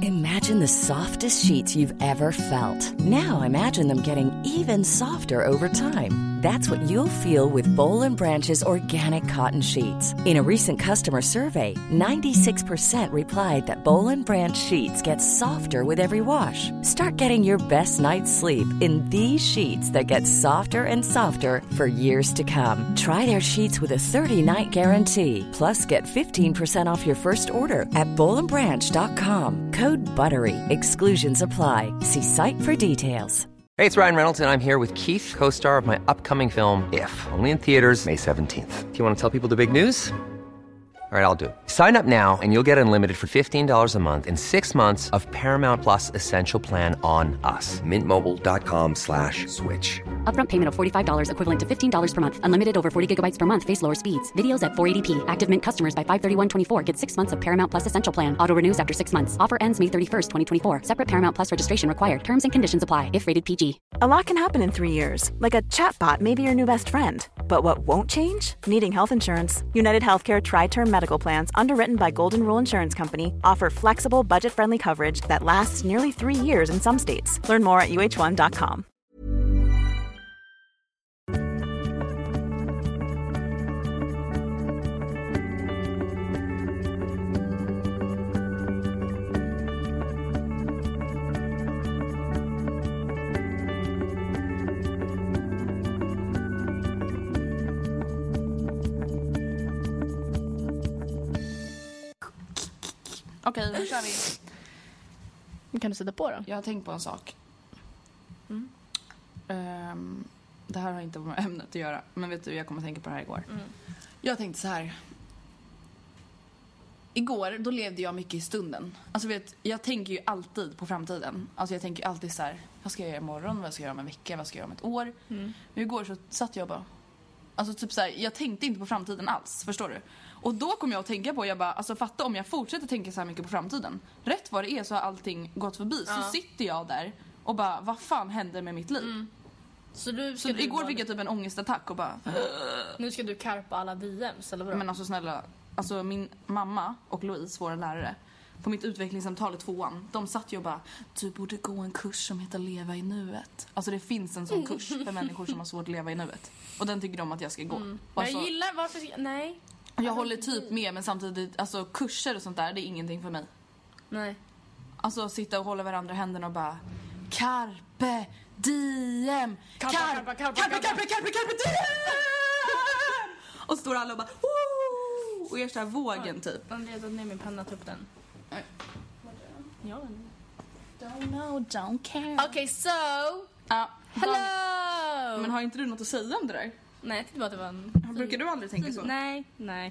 Imagine the softest sheets you've ever felt. Now imagine them getting even softer over time. That's what you'll feel with Boll and Branch's organic cotton sheets. In a recent customer survey, 96% replied that Boll and Branch sheets get softer with every wash. Start getting your best night's sleep in these sheets that get softer and softer for years to come. Try their sheets with a 30-night guarantee. Plus, get 15% off your first order at bollandbranch.com. Code BUTTERY. Exclusions apply. See site for details. Hey, it's Ryan Reynolds, and I'm here with Keith, co-star of my upcoming film, If, only in theaters May 17th. Do you want to tell people the big news? All right, I'll do it. Sign up now and you'll get unlimited for $15 a month and 6 months of Paramount Plus Essential Plan on us. MintMobile.com/switch. Upfront payment of $45 equivalent to $15 per month. Unlimited over 40 gigabytes per month. Face lower speeds. Videos at 480p. Active Mint customers by 531.24 get 6 months of Paramount Plus Essential Plan. Auto renews after 6 months. Offer ends May 31st, 2024. Separate Paramount Plus registration required. Terms and conditions apply if rated PG. A lot can happen in 3 years. Like a chatbot may be your new best friend. But what won't change? Needing health insurance. United Healthcare Tri-Term Medical Plans, underwritten by Golden Rule Insurance Company, offer flexible, budget-friendly coverage that lasts nearly 3 years in some states. Learn more at uh1.com. Okej, nu kör vi. Kan du sätta på då? Jag har tänkt på en sak. Det här har inte med ämnet att göra. Men vet du, jag kommer att tänka på det här igår. Jag tänkte så här. Igår, då levde jag mycket i stunden. Alltså vet, jag tänker ju alltid på framtiden. Alltså jag tänker alltid så här. Vad ska jag göra imorgon? Vad ska jag göra om en vecka? Vad ska jag göra om ett år? Men igår så satt jag bara. Alltså typ så här, jag tänkte inte på framtiden alls. Förstår du? Och då kom jag att tänka på, jag bara, alltså fatta om jag fortsätter tänka så här mycket på framtiden. Rätt vad det är så har allting gått förbi. Så sitter jag där och bara, vad fan händer med mitt liv? Så igår fick jag typ en ångestattack och bara... Nu ska du karpa alla DMs, eller vad? Men alltså snälla, alltså min mamma och Louise, våra lärare, på mitt utvecklingssamtal i 2:an, de satt ju och bara, du borde gå en kurs som heter Leva i nuet. Alltså det finns en sån kurs för människor som har svårt att leva i nuet. Och den tycker de att jag ska gå. Alltså, jag gillar, varför... Nej. Jag håller typ med, men samtidigt, alltså kurser och sånt där, det är ingenting för mig. Nej. Alltså sitta och hålla varandra händerna och bara, carpe diem. Carpe diem. Och står alla och bara, woo! Och gör så här vågen typ. Man letar ner min panna, ta upp den. Nej. Ja. Don't know, don't care. Okej, so. Hello! Men har inte du något att säga om det där? Nej, jag tyckte bara att det var en... Brukar du aldrig tänka så? Nej.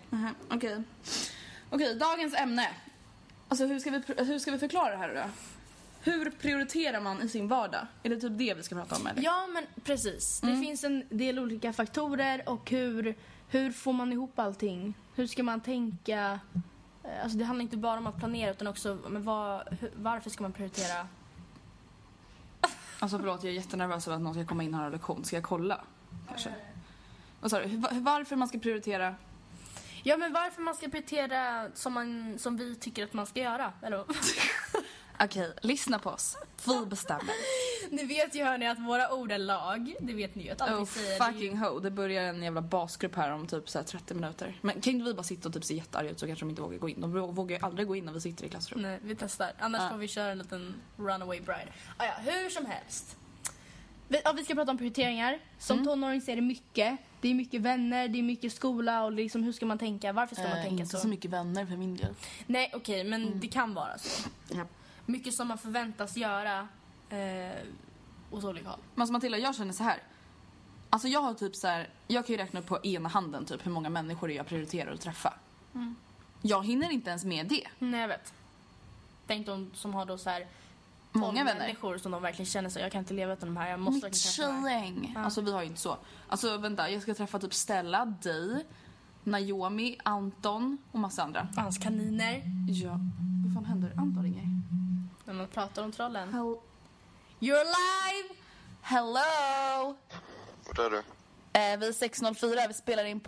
Okej, dagens ämne. Alltså hur ska vi förklara det här då? Hur prioriterar man i sin vardag? Är det typ det vi ska prata om eller? Ja, men precis. Det finns en del olika faktorer och hur får man ihop allting? Hur ska man tänka? Alltså det handlar inte bara om att planera utan också men varför ska man prioritera? Alltså förlåt, jag är jättenervös över att någon ska komma in här och lektion. Ska jag kolla? Kanske. Vad sa du? Varför man ska prioritera? Ja, men varför man ska prioritera som vi tycker att man ska göra, eller? Okej, lyssna på oss. Vi bestämmer. Ni vet ju hörni att våra ord är lag. Det vet ni ju att alltid säger. Fucking ho. Det börjar en jävla basgrupp här om typ så här 30 minuter. Men kan inte vi bara sitta och typ se jättearga ut så kanske de inte vågar gå in. De vågar ju aldrig gå in när vi sitter i klassrum. Nej, vi testar. Annars får vi köra en liten runaway bride. Ja, hur som helst. Vi ska prata om prioriteringar. Som tonåring så är det mycket. Det är mycket vänner, det är mycket skola och liksom hur ska man tänka? Varför ska man tänka så? Inte så mycket vänner för min del. Nej, okej, men det kan vara så. Ja. Mycket som man förväntas göra åt olika håll. Men som Matilda, jag känner så här. Alltså jag har typ så här, jag kan ju räkna upp på ena handen typ hur många människor jag prioriterar att träffa. Jag hinner inte ens med det. Nej, jag vet. Tänk de som har då så här många vänner. Människor som de verkligen känner så jag kan inte leva utan de här. Jag måste träffa dem. Alltså vi har ju inte så. Alltså vänta, jag ska träffa typ Stella, dig, Naomi, Anton och massa andra. Hans kaniner. Ja. Vad fan händer? Anton ringer. När man pratar om trollen. You're live! Hello! Vad är det? Vi är 604, vi spelar in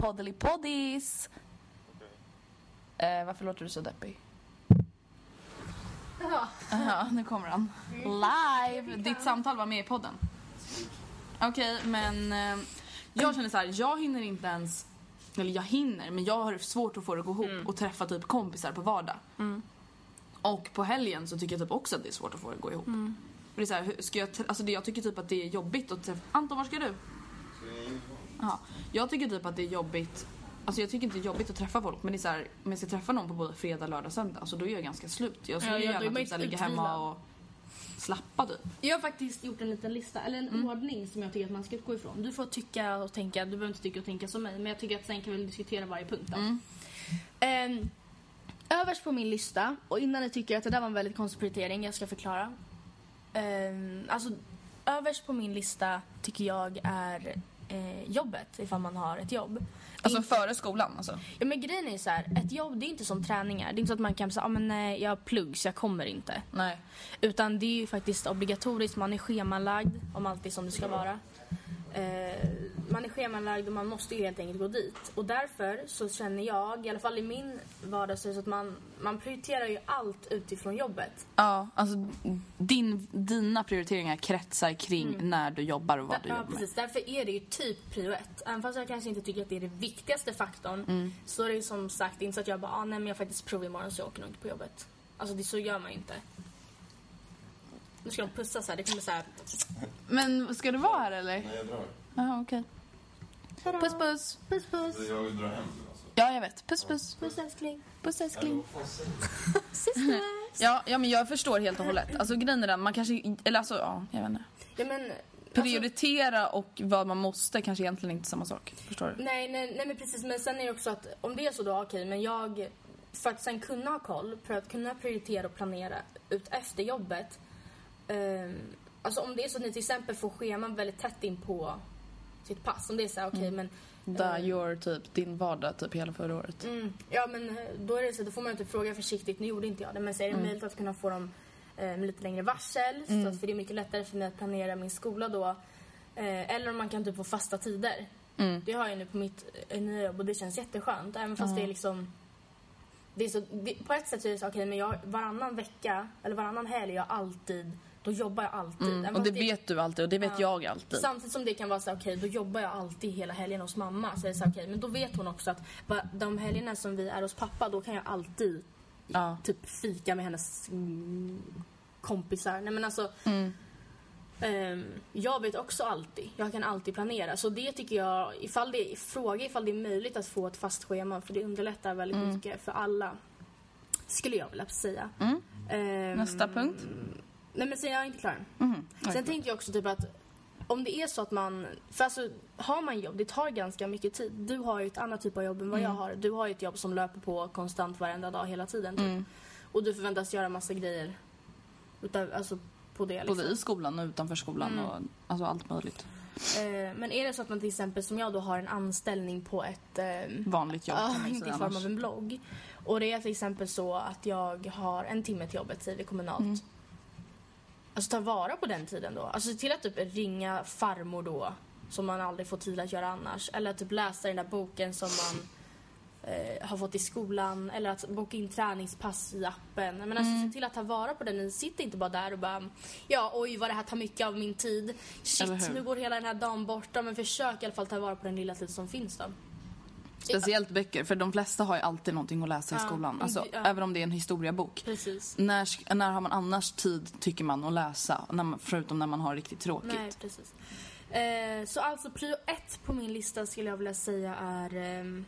Poddis. Varför låter du så deppig? Jaha, nu kommer han. Live! Ditt samtal var med i podden. Okej, men jag känner så här, jag hinner inte ens, eller jag hinner, men jag har svårt att få det att gå ihop och träffa typ kompisar på vardag. Och på helgen så tycker jag typ också att det är svårt att få det att gå ihop. För det är så här, ska jag tycker typ att det är jobbigt att träffa. Anton, var ska du? Jaha. Jag tycker typ att det är jobbigt. Alltså jag tycker inte det är jobbigt att träffa folk, men det är så här, om jag ska träffa någon på både fredag, lördag, söndag, alltså då är jag ganska slut. Jag skulle gärna typ så här, ligga hemma och slappa typ. Jag har faktiskt gjort en liten lista, eller en ordning som jag tycker att man ska utgå ifrån. Du får tycka och tänka, du behöver inte tycka och tänka som mig, men jag tycker att sen kan vi diskutera varje punkt då. Överst på min lista, och innan jag tycker att det där var en väldigt konstig prioritering, jag ska förklara. Alltså överst på min lista tycker jag är jobbet, ifall man har ett jobb. Alltså före skolan alltså? Ja, men grejen är så här, ett jobb, det är inte som träningar. Det är inte så att man kan säga, nej, jag har plugg så jag kommer inte. Nej. Utan det är ju faktiskt obligatoriskt, man är schemalagd om allt är som det ska vara. Man är schemalagd och man måste ju helt enkelt gå dit. Och därför så känner jag, i alla fall i min vardag, så att man prioriterar ju allt utifrån jobbet. Ja, alltså dina prioriteringar kretsar kring när du jobbar och vad du jobbar med. Precis, därför är det ju typ prio 1. Även fast jag kanske inte tycker att det är det viktigaste faktorn, så är det ju som sagt inte så att jag bara, nej men jag har faktiskt prov imorgon så jag åker nog inte på jobbet. Alltså det så gör man ju inte. Nu ska de pussa så här, det kommer så här. Men ska du vara här eller? Nej, jag drar. Jaha, okej. Puss, puss. Puss, puss. Så jag vill dra hem nu alltså. Ja, jag vet. Puss, puss. Puss, älskling. Puss, älskling. Sisters. Ja, men jag förstår helt och hållet. Alltså grejen är den, man kanske, eller alltså, ja, jag vet inte. Ja, men prioritera och vad man måste kanske egentligen inte samma sak. Förstår du? Nej men precis, men sen är det också att om det är så då, okej, men jag, för att sen kunna ha koll, för att kunna prioritera och planera ut efter jobbet, alltså om det är så att ni till exempel får scheman väldigt tätt in på sitt pass, om det är så här, okej, men där gör typ din vardag typ hela förra året. Ja, men då är det så, då får man inte fråga försiktigt, nu gjorde inte jag det, men så är det möjligt att kunna få dem med lite längre varsel, så att för det är mycket lättare för mig att planera min skola då, eller om man kan typ få fasta tider. Det har jag nu på mitt nya jobb och det känns jätteskönt, även fast det är liksom det är så, på ett sätt så är det så, okej, men jag varannan vecka eller varannan helg då jobbar jag alltid. Och det vet du alltid och det vet jag alltid. Samtidigt som det kan vara så, okej, då jobbar jag alltid hela helgen hos mamma. Så är det så, okej, men då vet hon också att de helgerna som vi är hos pappa, då kan jag alltid typ fika med hennes kompisar. Nej, men alltså jag vet också alltid. Jag kan alltid planera. Så det tycker jag, ifall det är möjligt att få ett fast schema, för det underlättar väldigt mycket för alla, skulle jag vilja säga. Nästa punkt. Nej, men sen är jag inte klar. Sen tänkte jag också typ att om det är så att man, för alltså har man jobb, det tar ganska mycket tid. Du har ju ett annat typ av jobb än vad jag har. Du har ju ett jobb som löper på konstant varenda dag hela tiden typ. Och du förväntas göra massa grejer alltså på det liksom. Både i skolan och utanför skolan och alltså allt möjligt. Men är det så att man till exempel som jag då har en anställning på ett vanligt jobb, inte i form av en blogg, och det är till exempel så att jag har en timme till jobbet, säger det kommunalt. Alltså ta vara på den tiden då. Alltså till att typ ringa farmor då, som man aldrig får tid att göra annars, eller typ läsa den där boken som man har fått i skolan, eller att boka in träningspass i appen. Men alltså se till att ta vara på den. Ni sitter inte bara där och bara, ja, oj vad det här tar mycket av min tid. Shit, nu går hela den här dagen borta. Men försök i alla fall ta vara på den lilla tid som finns då. Speciellt böcker, för de flesta har ju alltid någonting att läsa i skolan. Alltså, även om det är en historiebok. Precis. När har man annars tid, tycker man, att läsa? Förutom när man har riktigt tråkigt. Nej, precis. Så alltså prio 1 på min lista skulle jag vilja säga är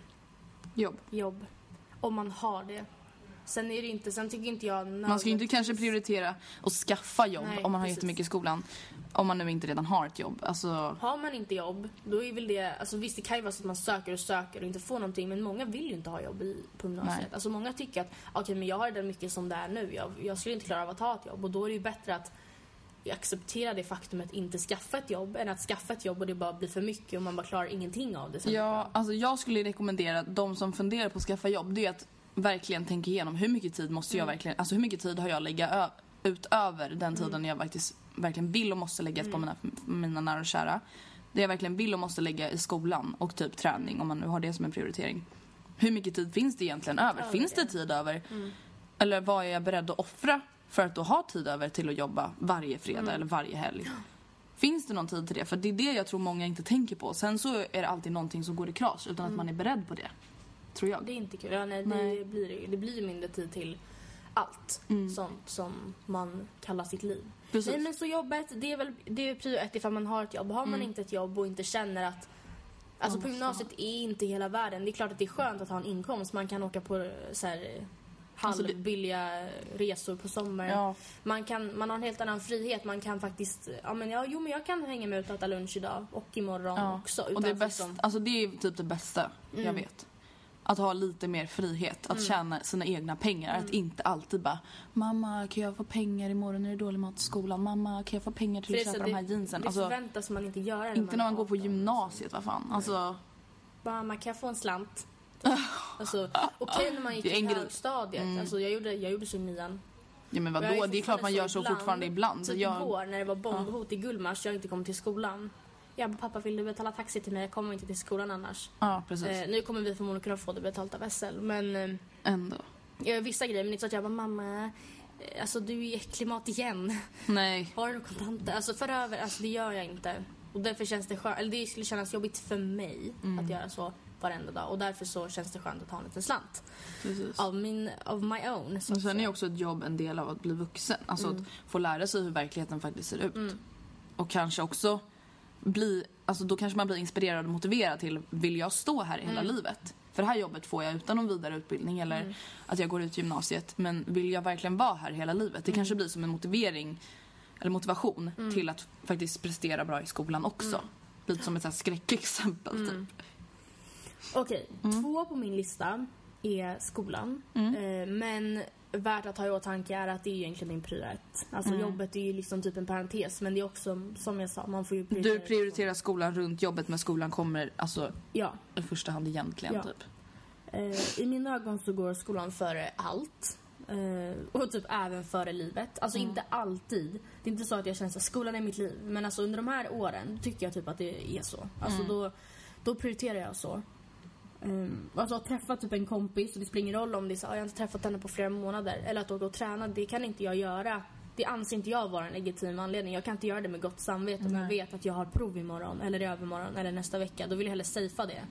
jobb. Om man har det. Sen tycker inte jag... Man ska ju inte kanske prioritera att skaffa jobb. Nej, om man har jättemycket i skolan. Om man nu inte redan har ett jobb. Alltså... Har man inte jobb, då är väl det... Alltså visst, det kan ju vara så att man söker och inte får någonting. Men många vill ju inte ha jobb på gymnasiet. Nej. Alltså många tycker att okej, men jag har det mycket som det är nu. Jag skulle inte klara av att ha ett jobb. Och då är det ju bättre att acceptera det faktumet att inte skaffa ett jobb än att skaffa ett jobb och det bara blir för mycket och man bara klarar ingenting av det. Ja, alltså jag skulle rekommendera de som funderar på att skaffa jobb, det är att verkligen tänka igenom hur mycket tid måste jag verkligen, alltså hur mycket tid har jag lägga utöver den tiden jag verkligen vill och måste lägga på mina nära och kära. Det jag verkligen vill och måste lägga i skolan och typ träning, om man nu har det som en prioritering. Hur mycket tid finns det egentligen över? Finns det tid över? Eller vad är jag beredd att offra för att då ha tid över till att jobba varje fredag eller varje helg. Finns det någon tid till det? För det är det jag tror många inte tänker på. Sen så är det alltid någonting som går i kras utan att man är beredd på det. Tror jag. Det är inte kul. Ja, nej. Det blir mindre tid till allt sånt som man kallar sitt liv. Precis. Nej, men så jobbet, det är prio 1 ifall man har ett jobb. Har man inte ett jobb och inte känner att alltså på gymnasiet är inte hela världen. Det är klart att det är skönt att ha en inkomst. Man kan åka på så här halvbilliga resor på sommaren. Ja. Man har en helt annan frihet. Man kan faktiskt men jag kan hänga med ut och äta lunch idag och imorgon också. Och det är bäst, alltså det är typ det bästa jag vet. Att ha lite mer frihet. Att tjäna sina egna pengar. Att inte alltid bara mamma, kan jag få pengar imorgon när det är dålig mat i skolan? Mamma, kan jag få pengar till att köpa de här jeansen? Det förväntas man inte göra. Inte när man går på gymnasiet, vad fan. Alltså, mamma, kan jag få en slant? Alltså, okej när man gick i högstadiet. Alltså, jag gjorde så i 9:an. Ja, men vadå? Det är klart man gör så fortfarande ibland. Så igår när det var bombhot i Gullmars, jag inte kom till skolan. Jag bara, pappa, vill du betala taxi till mig? Jag kommer inte till skolan annars. Ja, precis. Nu kommer vi förmodligen kunna få det betalt av SL. Men ändå. Jag gör vissa grejer, men inte så att jag bara, mamma, alltså du är äcklig mat igen. Nej. Har du kontanter? Alltså för över, alltså det gör jag inte. Och därför känns det skönt, eller det skulle kännas jobbigt för mig att göra så varenda dag. Och därför så känns det skönt att ha en liten slant. Precis. Of my own. Så sen är också ett jobb en del av att bli vuxen. Alltså att få lära sig hur verkligheten faktiskt ser ut. Och kanske också då kanske man blir inspirerad och motiverad till, vill jag stå här i hela livet? För det här jobbet får jag utan någon vidare utbildning eller att jag går ut gymnasiet. Men vill jag verkligen vara här hela livet? Det kanske blir som en motivation till att faktiskt prestera bra i skolan också. Lite som ett så här skräckexempel typ. Okej, 2 på min lista är skolan. Men värt att ha i åtanke är att det är egentligen min prioritet. Alltså jobbet är ju liksom typ en parentes. Men det är också, som jag sa, man får ju prioritera. Du prioriterar skolan runt jobbet, men skolan kommer alltså i första hand egentligen typ. I mina ögon så går skolan före allt. Och typ även före livet. Alltså inte alltid. Det är inte så att jag känner att skolan är mitt liv. Men alltså under de här åren tycker jag typ att det är så. Alltså då prioriterar jag så. Alltså att träffa typ en kompis, och det spelar ingen roll om det är så, jag har inte träffat henne på flera månader, eller att åka och träna, det kan inte jag göra. Det anser inte jag vara en legitim anledning. Jag kan inte göra det med gott samvete om jag vet att jag har prov imorgon eller i övermorgon eller nästa vecka. Då vill jag hellre safea det.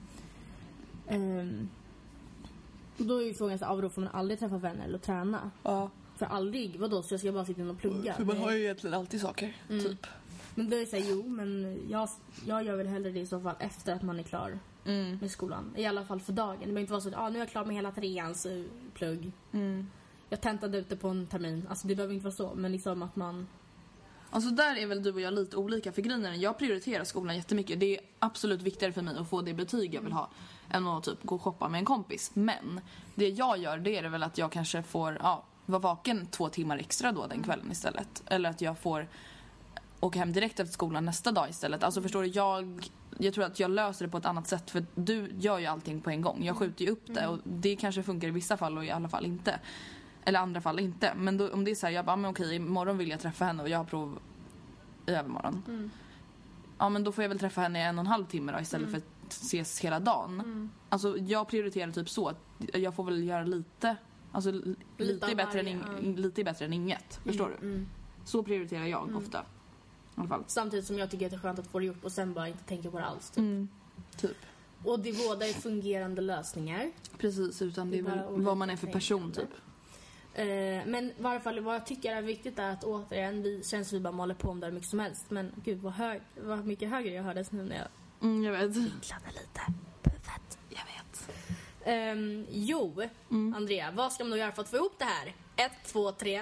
Då är ju frågan så då får man aldrig träffa vänner eller träna. Ja. För aldrig, vadå? Så jag ska bara sitta in och plugga. För man har ju egentligen alltid saker, typ. Men då är det så men jag gör väl hellre det i så fall efter att man är klar med skolan. I alla fall för dagen. Det behöver inte vara så att nu är jag klar med hela 3:ans plugg. Jag tentade ute på en termin. Alltså det behöver inte vara så, men liksom att man... Alltså där är väl du och jag lite olika, för grejen. Jag prioriterar skolan jättemycket. Det är absolut viktigare för mig att få det betyg jag vill ha än att typ gå och shoppa med en kompis. Men det jag gör, det är väl att jag kanske får vara vaken 2 timmar extra då den kvällen istället. Eller att jag får åka hem direkt efter skolan nästa dag istället. Alltså förstår du, jag tror att jag löser det på ett annat sätt. För du gör ju allting på en gång. Jag skjuter ju upp det, och det kanske funkar i vissa fall och i alla fall inte. Eller andra fall inte. Men då, om det är så här, jag bara, men okej, imorgon vill jag träffa henne och jag har prov i övermorgon. Ja, men då får jag väl träffa henne i 1,5 timme då, istället för att ses hela dagen. Alltså jag prioriterar typ så att jag får väl göra lite. Alltså lite är bättre än inget. Förstår du? Så prioriterar jag ofta. I alla fall. Samtidigt som jag tycker att det är skönt att få det gjort och sen bara inte tänka på det alls. Typ. Och det båda är fungerande lösningar. Precis, utan det är väl vad man är för person typ. Men i varje fall vad jag tycker är viktigt är att återigen känns vi bara maler på om det mycket som helst. Men gud vad mycket högre jag hördes nu när jag jag vet. vinklade lite på huvudet. Jag vet. Andrea, vad ska man då göra för att få ihop det här? 1, 2, 3.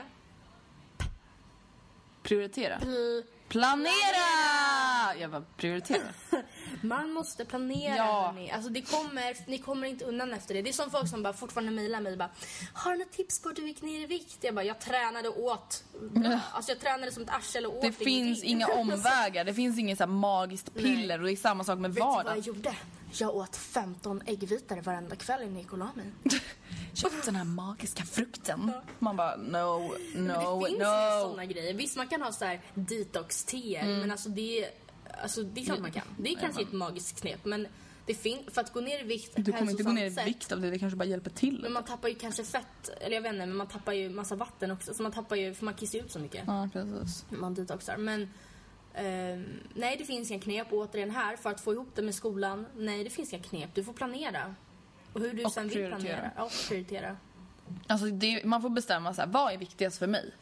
Prioritera. Planera! Jag bara, prioritera. Man måste planera. Alltså ni kommer inte undan efter det. Det är som folk som bara fortfarande mejlar mig bara, har du några tips på hur du gick ner i vikt? Jag bara, jag tränade och åt. Alltså jag tränade som ett arsel och åt. Det finns inga omvägar. Det finns inget så här magiskt piller. Och det är samma sak med vardag. Vet du vad jag gjorde? Jag åt 15 äggvitor varenda kväll innan jag gick och la mig. Köpt den här magiska frukten. Man bara, no. Men det finns ju såna grejer. Visst, man kan ha så här detox-teer. Men alltså det är klart man kan. Det är kanske ett magiskt knep. Men för att gå ner i vikt. Du kommer inte gå ner i vikt av det kanske bara hjälper till. Men man tappar ju kanske fett, eller jag vet inte, men man tappar ju massa vatten också. Så man tappar ju, för man kissar ut så mycket. Ja, precis. Man detoxar. Men nej, det finns inga knep återigen här för att få ihop det med skolan. Nej, det finns inga knep. Du får planera. Och hur du och sen vill planera. Och prioritera. Alltså man får bestämma så här, vad är viktigast för mig?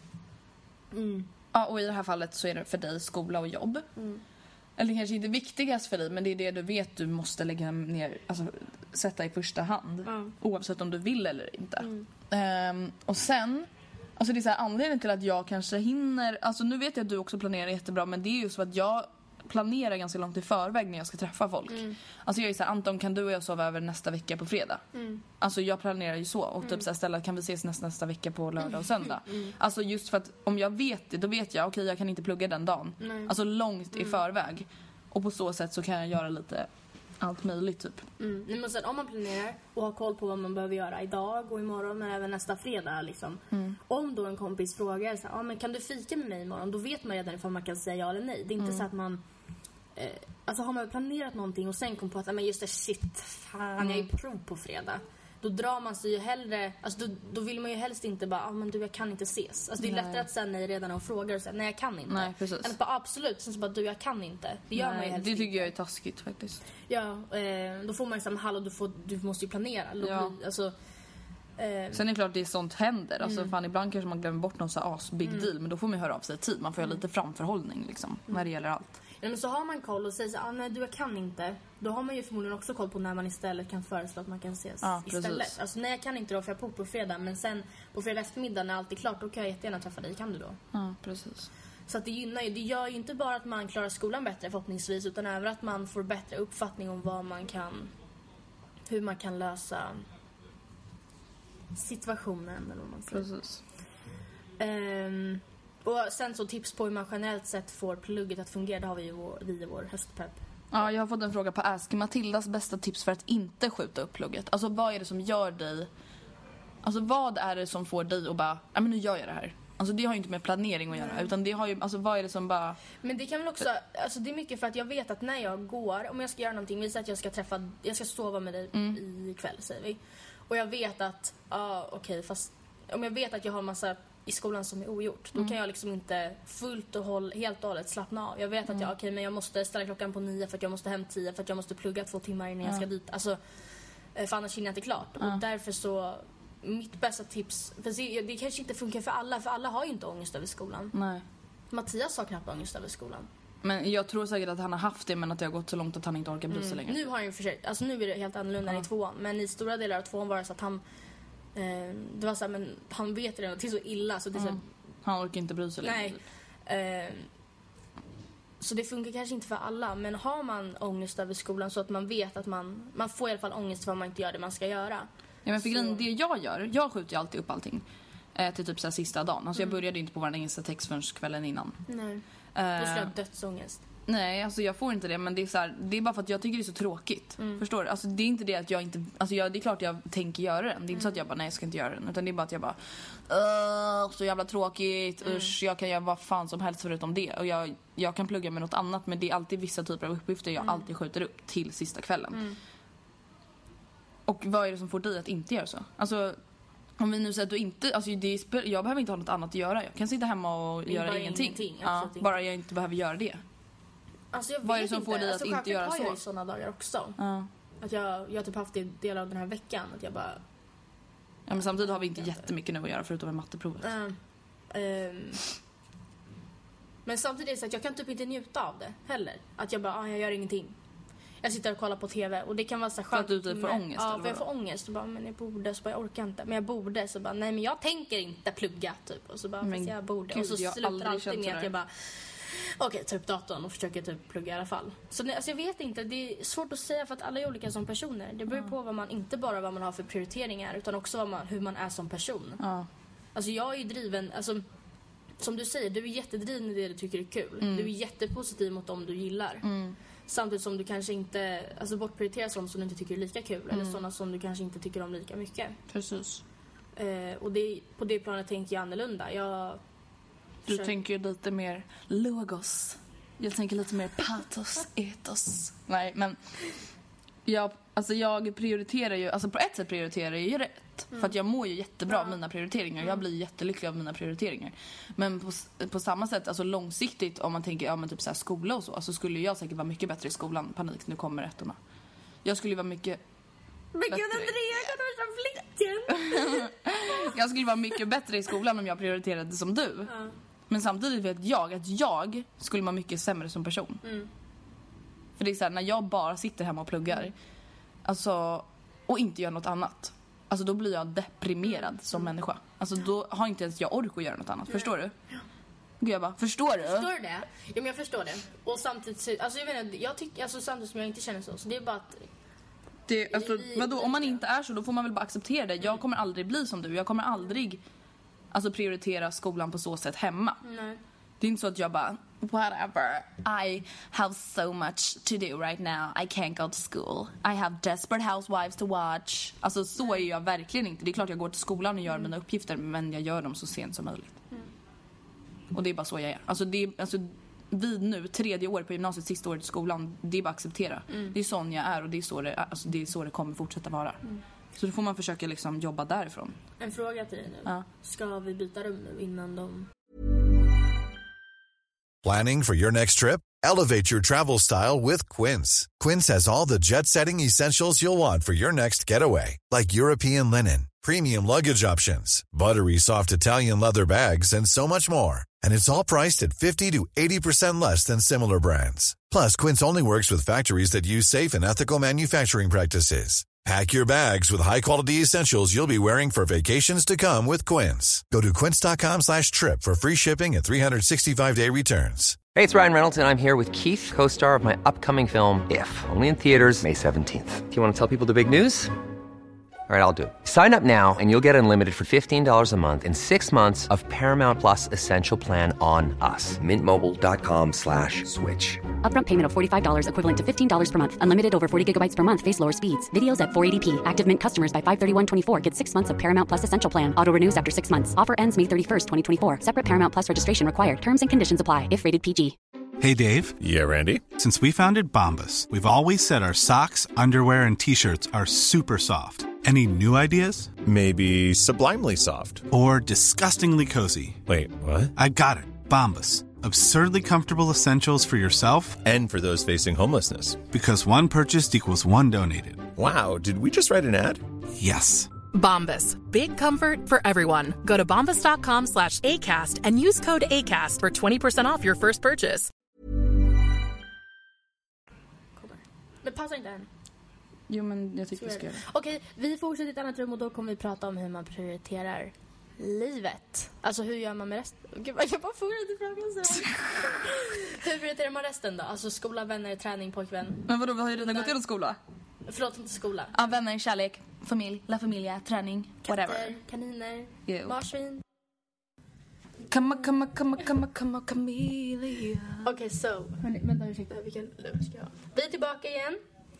Ja, och i det här fallet så är det för dig skola och jobb. Eller kanske inte viktigast för dig, men det är det du vet du måste lägga ner, alltså sätta i första hand. Oavsett om du vill eller inte. Och sen, alltså det är så här, anledningen till att jag kanske hinner, alltså nu vet jag att du också planerar jättebra, men det är ju så att jag planerar ganska långt i förväg när jag ska träffa folk. Alltså jag är så här, Anton, kan du och jag sova över nästa vecka på fredag? Alltså jag planerar ju så. Och typ så här, Stella, kan vi ses nästa vecka på lördag och söndag? Alltså just för att om jag vet det, då vet jag, okej, jag kan inte plugga den dagen. Alltså långt i förväg. Och på så sätt så kan jag göra lite allt möjligt typ. Men sen om man planerar och har koll på vad man behöver göra idag och imorgon men även nästa fredag liksom. Om då en kompis frågar så här, men kan du fika med mig imorgon? Då vet man redan ifall man kan säga ja eller nej. Det är inte så att man alltså har man planerat någonting och sen kom på att men just det, shit, fan, jag är ju prov på fredag. Då drar man sig ju hellre, alltså då vill man ju helst inte bara, men du, jag kan inte ses. Alltså det är lättare att säga nej redan och frågar och säga, nej, jag kan inte. Nej, precis. Eller bara absolut, sen så bara, du, jag kan inte. Det gör man ju helst det tycker inte. jag är taskigt faktiskt. Ja, då får man ju samma hallå, du måste ju planera. Alltså, sen är det klart det är sånt händer. Alltså fan, ibland kanske man glömmer bort någon så här big deal, men då får man höra av sig i tid. Man får ha lite framförhållning liksom, när det gäller allt. Ja, men så har man koll och säger så, nej du, jag kan inte. Då har man ju förmodligen också koll på när man istället kan föreslå att man kan ses istället. Alltså nej, jag kan inte då för jag är på fredag. Men sen på fredag eftermiddag när allt är klart, då kan jag jättegärna träffa dig. Kan du då? Ja, precis. Så att det gynnar ju, det gör ju inte bara att man klarar skolan bättre förhoppningsvis, utan även att man får bättre uppfattning om vad man kan, hur man kan lösa situationen eller vad man säger. Precis. Och sen så tips på hur man generellt sett får plugget att fungera, det har vi i vår höstpepp. Ja, jag har fått en fråga på Ask. Matildas bästa tips för att inte skjuta upp plugget. Alltså vad är det som gör dig, alltså vad är det som får dig att bara, ja men nu gör jag det här. Alltså det har ju inte med planering att göra, utan det har ju, alltså vad är det som bara... Men det kan väl också, alltså det är mycket för att jag vet att när jag går, om jag ska göra någonting, vi säger att jag ska sova med dig ikväll, säger vi. Och jag vet att, okej, fast om jag vet att jag har en massa i skolan som är ogjort, då kan jag liksom inte fullt och helt och hållet slappna av. Jag vet att men jag måste ställa klockan på 9 för att jag måste hem 10 för att jag måste plugga 2 timmar innan jag ska dit. Alltså, för annars hinner jag inte klart. Och därför så, mitt bästa tips, för det kanske inte funkar för alla har ju inte ångest över skolan. Nej. Mattias har knappt ångest över skolan. Men jag tror säkert att han har haft det, men att det har gått så långt att han inte orkar bry sig längre. Nu har han ju försökt, alltså nu är det helt annorlunda än i 2:an. Men i stora delar av 2:an var det så att han det var så här, men han vet redan att det är så illa så det är så här, han orkar inte bry sig längre. Nej. Så det funkar kanske inte för alla, men har man ångest över skolan så att man vet att man får i alla fall ångest för att man inte gör det man ska göra. Ja, men för grejen, det jag skjuter ju alltid upp allting till typ så här sista dagen. Alltså jag började inte på vår engelska text förrän kvällen innan. Nej. Du skulle ha dödsångest. Nej, alltså jag får inte det, men det är så här, det är bara för att jag tycker det är så tråkigt. Förstår du? Alltså det är inte det att jag inte, alltså det är klart jag tänker göra den. Det är inte så att jag bara nej, jag ska inte göra den, utan det är bara att jag bara så jävla tråkigt. Usch, jag kan göra vad fan som helst förutom det. Och jag kan plugga med något annat, men det är alltid vissa typer av uppgifter jag alltid skjuter upp till sista kvällen. Och vad är det som får dig att inte göra så? Alltså om vi nu säger att du inte, alltså jag behöver inte ha något annat att göra. Jag kan sitta hemma och göra ingenting. Bara jag inte behöver göra det. Alltså jag vad är det som får dig att inte göra så? Jag har ju sådana dagar också. Att jag typ haft det del av den här veckan. Att jag bara... Ja, men samtidigt har vi inte jättemycket nu att göra förutom med matteprovet. Men samtidigt är det så att jag kan typ inte njuta av det heller. Att jag bara, jag gör ingenting. Jag sitter och kollar på tv och det kan vara så skönt. För att du typ får ångest? Ja, för jag får ångest. Och bara, men jag borde, så bara, jag orkar inte. Men jag borde, så bara, nej men jag tänker inte plugga typ. Och så bara, fast jag borde. Gud, och så slutar alltid med att jag bara... Okej, ta upp datorn och försöker typ plugga i alla fall. Så alltså, jag vet inte, det är svårt att säga för att alla är olika som personer. Det beror på vad man, inte bara vad man har för prioriteringar, utan också hur man är som person. Alltså jag är ju driven, alltså som du säger, du är jättedriven i det du tycker är kul. Du är jättepositiv mot dem du gillar. Samtidigt som du kanske inte, alltså bortprioriterar sådant som du inte tycker är lika kul. Eller sådana som du kanske inte tycker om lika mycket. Precis. Och på det planet tänker jag annorlunda. Du tänker lite mer logos. Jag tänker lite mer patos, etos. Nej, men Jag prioriterar ju, alltså på ett sätt prioriterar jag ju rätt. För att jag mår ju jättebra av mina prioriteringar. Jag blir jättelycklig av mina prioriteringar. Men på samma sätt, alltså långsiktigt, om man tänker, ja men typ så här skola och så skulle jag säkert vara mycket bättre i skolan. Panik, nu kommer ettorna. Jag skulle vara mycket bättre. Jag skulle vara mycket bättre i skolan om jag prioriterade som du. Men samtidigt vet jag att jag skulle vara mycket sämre som person. För det är så här, när jag bara sitter hemma och pluggar, alltså, och inte gör något annat, alltså då blir jag deprimerad som människa. Alltså då har inte ens jag ork att göra något annat. Förstår du? Gud, jag bara, förstår du? Förstår det? Ja, men jag förstår det. Och samtidigt, alltså jag vet inte, jag tycker, alltså samtidigt som jag inte känner så det är bara att det, alltså, vadå, om man inte är så, då får man väl bara acceptera det. Jag kommer aldrig bli som du. Jag kommer aldrig, alltså, prioritera skolan på så sätt hemma. Nej. Det är inte så att jag bara, whatever, I have so much to do right now, I can't go to school, I have Desperate Housewives to watch. Alltså så är jag verkligen inte. Det är klart jag går till skolan och gör mina uppgifter, men jag gör dem så sent som möjligt. Och det är bara så jag är. Alltså, vid nu, 3:e år på gymnasiet, sista året i skolan, det är bara att acceptera. Det är sån jag är och det är så det kommer fortsätta vara. Så då får man försöka liksom jobba därifrån. En fråga till dig nu. Ja. Ska vi byta rum nu innan de... Planning for your next trip? Elevate your travel style with Quince. Quince has all the jet-setting essentials you'll want for your next getaway, like European linen, premium luggage options, buttery soft Italian leather bags, and so much more. And it's all priced at 50 to 80% less than similar brands. Plus, Quince only works with factories that use safe and ethical manufacturing practices. Pack your bags with high-quality essentials you'll be wearing for vacations to come with Quince. Go to quince.com/trip for free shipping and 365-day returns. Hey, it's Ryan Reynolds, and I'm here with Keith, co-star of my upcoming film, If, only in theaters May 17th. Do you want to tell people the big news? All right, I'll do it. Sign up now and you'll get unlimited for $15 a month and 6 months of Paramount Plus Essential Plan on us. MintMobile.com/switch. Upfront payment of $45 equivalent to $15 per month. Unlimited over 40 gigabytes per month. Face lower speeds. Videos at 480p. Active Mint customers by 531.24 get 6 months of Paramount Plus Essential Plan. Auto renews after 6 months. Offer ends May 31st, 2024. Separate Paramount Plus registration required. Terms and conditions apply if rated PG. Hey, Dave. Yeah, Randy. Since we founded Bombas, we've always said our socks, underwear, and T-shirts are super soft. Any new ideas? Maybe sublimely soft. Or disgustingly cozy. Wait, what? I got it. Bombas. Absurdly comfortable essentials for yourself And for those facing homelessness. because one purchased equals one donated. Wow, did we just write an ad? Yes. Bombas. Big comfort for everyone. Go to bombas.com/ACAST and use code ACAST for 20% off your first purchase. Men passar inte än. Jo, men jag tycker vi ska göra det. Okej, vi fortsätter i ett annat rum och då kommer vi prata om hur man prioriterar livet. Alltså hur gör man med resten? Gud, jag bara fortsätter frågan så. Hur prioriterar man resten då? Alltså skola, vänner, träning, pojkvän. Men vadå, vi har ju redan gått igenom skola. Förlåt, inte skola. Ja, vänner, kärlek, familj, la familia, träning, whatever. Katter, kaniner, Jo. marsvin. Come, Camellia. Okej, så. Vänta, ursäkta. Vilken lur ska jag ha? Vi är tillbaka igen.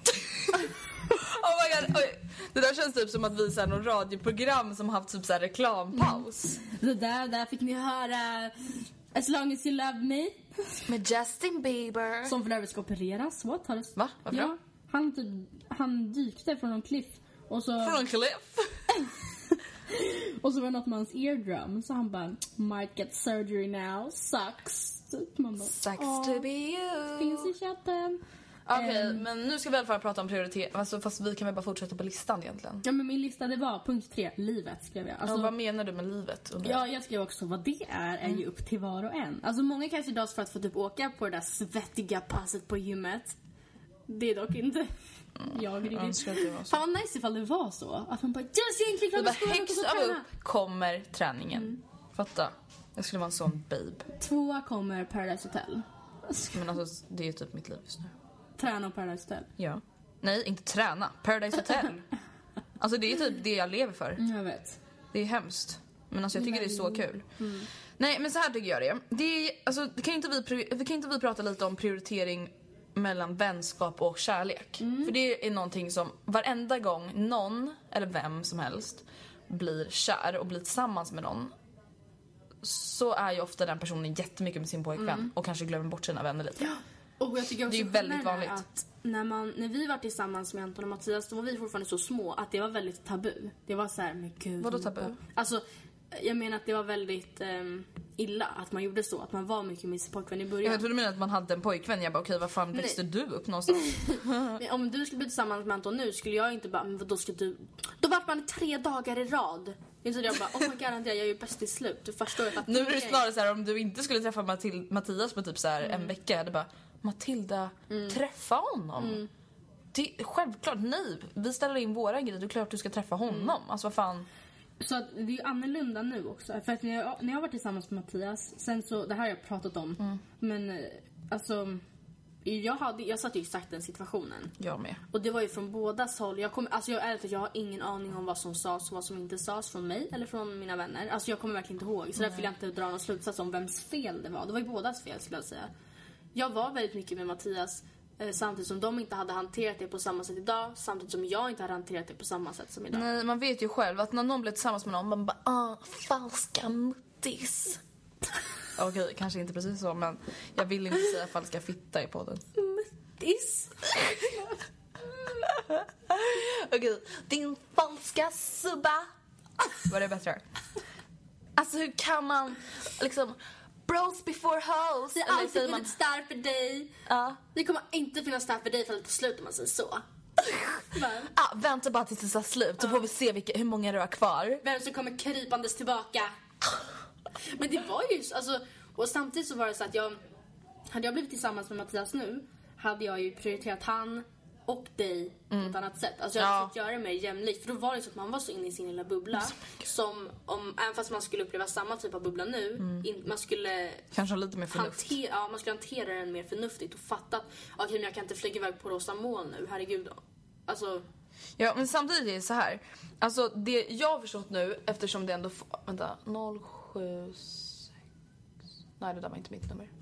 Oh my god, oj. Det där känns typ som att vi är någon radioprogram som haft typ så här reklampaus. Det där fick ni höra As long as you love me. Med Justin Bieber. Som för övrigt ska opereras. What? Va? Varför ja, han dykte från en cliff. Och så... Från en cliff? Och så var det något med hans eardrum. Så han bara, might get surgery now. Sucks. Man bara, Sucks to be you. Finns i chatten. Okej, men nu ska vi i alla fall prata om prioritering. Alltså, fast vi kan väl bara fortsätta på listan egentligen. Ja, men min lista det var punkt 3, livet skrev jag. Alltså, vad menar du med livet? Ja, jag skrev också vad det är ju upp till var och en. Alltså många kanske dras för att få typ åka på det där svettiga passet på gymmet. Det är dock inte jag riktigt. Fan vad nice ifall det var så. Att man bara, just egentligen klart att högst upp kommer träningen. Fatta. Jag skulle vara en sån babe. 2 kommer Paradise Hotel. Men alltså, det är typ mitt liv just nu. Träna på Paradise Hotel. Ja. Nej, inte träna. Paradise Hotel. Alltså det är typ det jag lever för. Jag vet. Det är hemskt. Men alltså jag tycker det är så kul. Nej, men så här tycker jag det. Det är, alltså, kan inte vi prata lite om prioritering mellan vänskap och kärlek? För det är någonting som varenda gång någon, eller vem som helst, blir kär och blir tillsammans med någon, så är ju ofta den personen jättemycket med sin pojkvän och kanske glömmer bort sina vänner lite. Och jag tycker också det är väldigt vanligt att när vi var tillsammans med Anton och Mattias, då var vi fortfarande så små att det var väldigt tabu. Det var så här, men gud. Vadå tabu? Alltså, jag menar att det var väldigt illa att man gjorde så. Att man var mycket med sin pojkvän i början. Jag tror du menar att man hade en pojkvän. Jag bara, okej, vad fan växte du upp någonstans? Men om du skulle bli tillsammans med Anton nu, skulle jag inte bara, men då ska du... Då var man 3 dagar i rad. Det är så jag bara, oh my god, Andrea, jag är ju bäst i slut. Du förstår att nu är det snarare så här, om du inte skulle träffa Mattias på typ så här en vecka, jag hade bara, Matilda, träffa honom. Det är självklart, nej. Vi ställer in våra grejer, det är klart du ska träffa honom. Alltså vad fan. Så att det är ju annorlunda nu också. För att när jag var tillsammans med Mattias, sen så, det här har jag pratat om. Men alltså, jag satt ju exakt den situationen. Jag med. Och det var ju från bådas håll. Jag har ingen aning om vad som sades och vad som inte sades från mig eller från mina vänner. Alltså jag kommer verkligen inte ihåg. Så därför vill jag inte dra någon slutsats om vems fel det var. Det var ju bådas fel, skulle jag säga. Jag var väldigt mycket med Mattias, samtidigt som de inte hade hanterat det på samma sätt idag, samtidigt som jag inte hade hanterat det på samma sätt som idag. Nej, man vet ju själv att när någon blir tillsammans med någon, man bara, falska muttis. Okej, kanske inte precis så, men jag vill inte säga falska fitta i podden. Muttis. Okej, din falska subba. Var det bättre? Alltså hur kan man liksom... Bros before hoes. Det är alltid funnits där för dig. Ja. Det kommer inte finnas där för dig för att det slutar man sig så. Vänta bara tills det tar slut. Så får vi se hur många du har kvar. Vem som kommer krypandes tillbaka. Men det var ju alltså, och samtidigt så var det så att hade jag blivit tillsammans med Mattias nu, hade jag ju prioriterat han och dig på ett annat sätt. Alltså jag hade försökt göra det mer jämlikt. För då var det så att man var så inne i sin lilla bubbla. Som även fast man skulle uppleva samma typ av bubbla nu, man skulle kanske lite mer förnuft. Man skulle hantera den mer förnuftigt och fatta att okej, men jag kan inte flyga iväg på rosa moln nu, herregud. Alltså... Ja, men samtidigt är det så här. Alltså det jag har förstått nu, eftersom det ändå... Vänta, 076... Nej, det där var inte mitt nummer.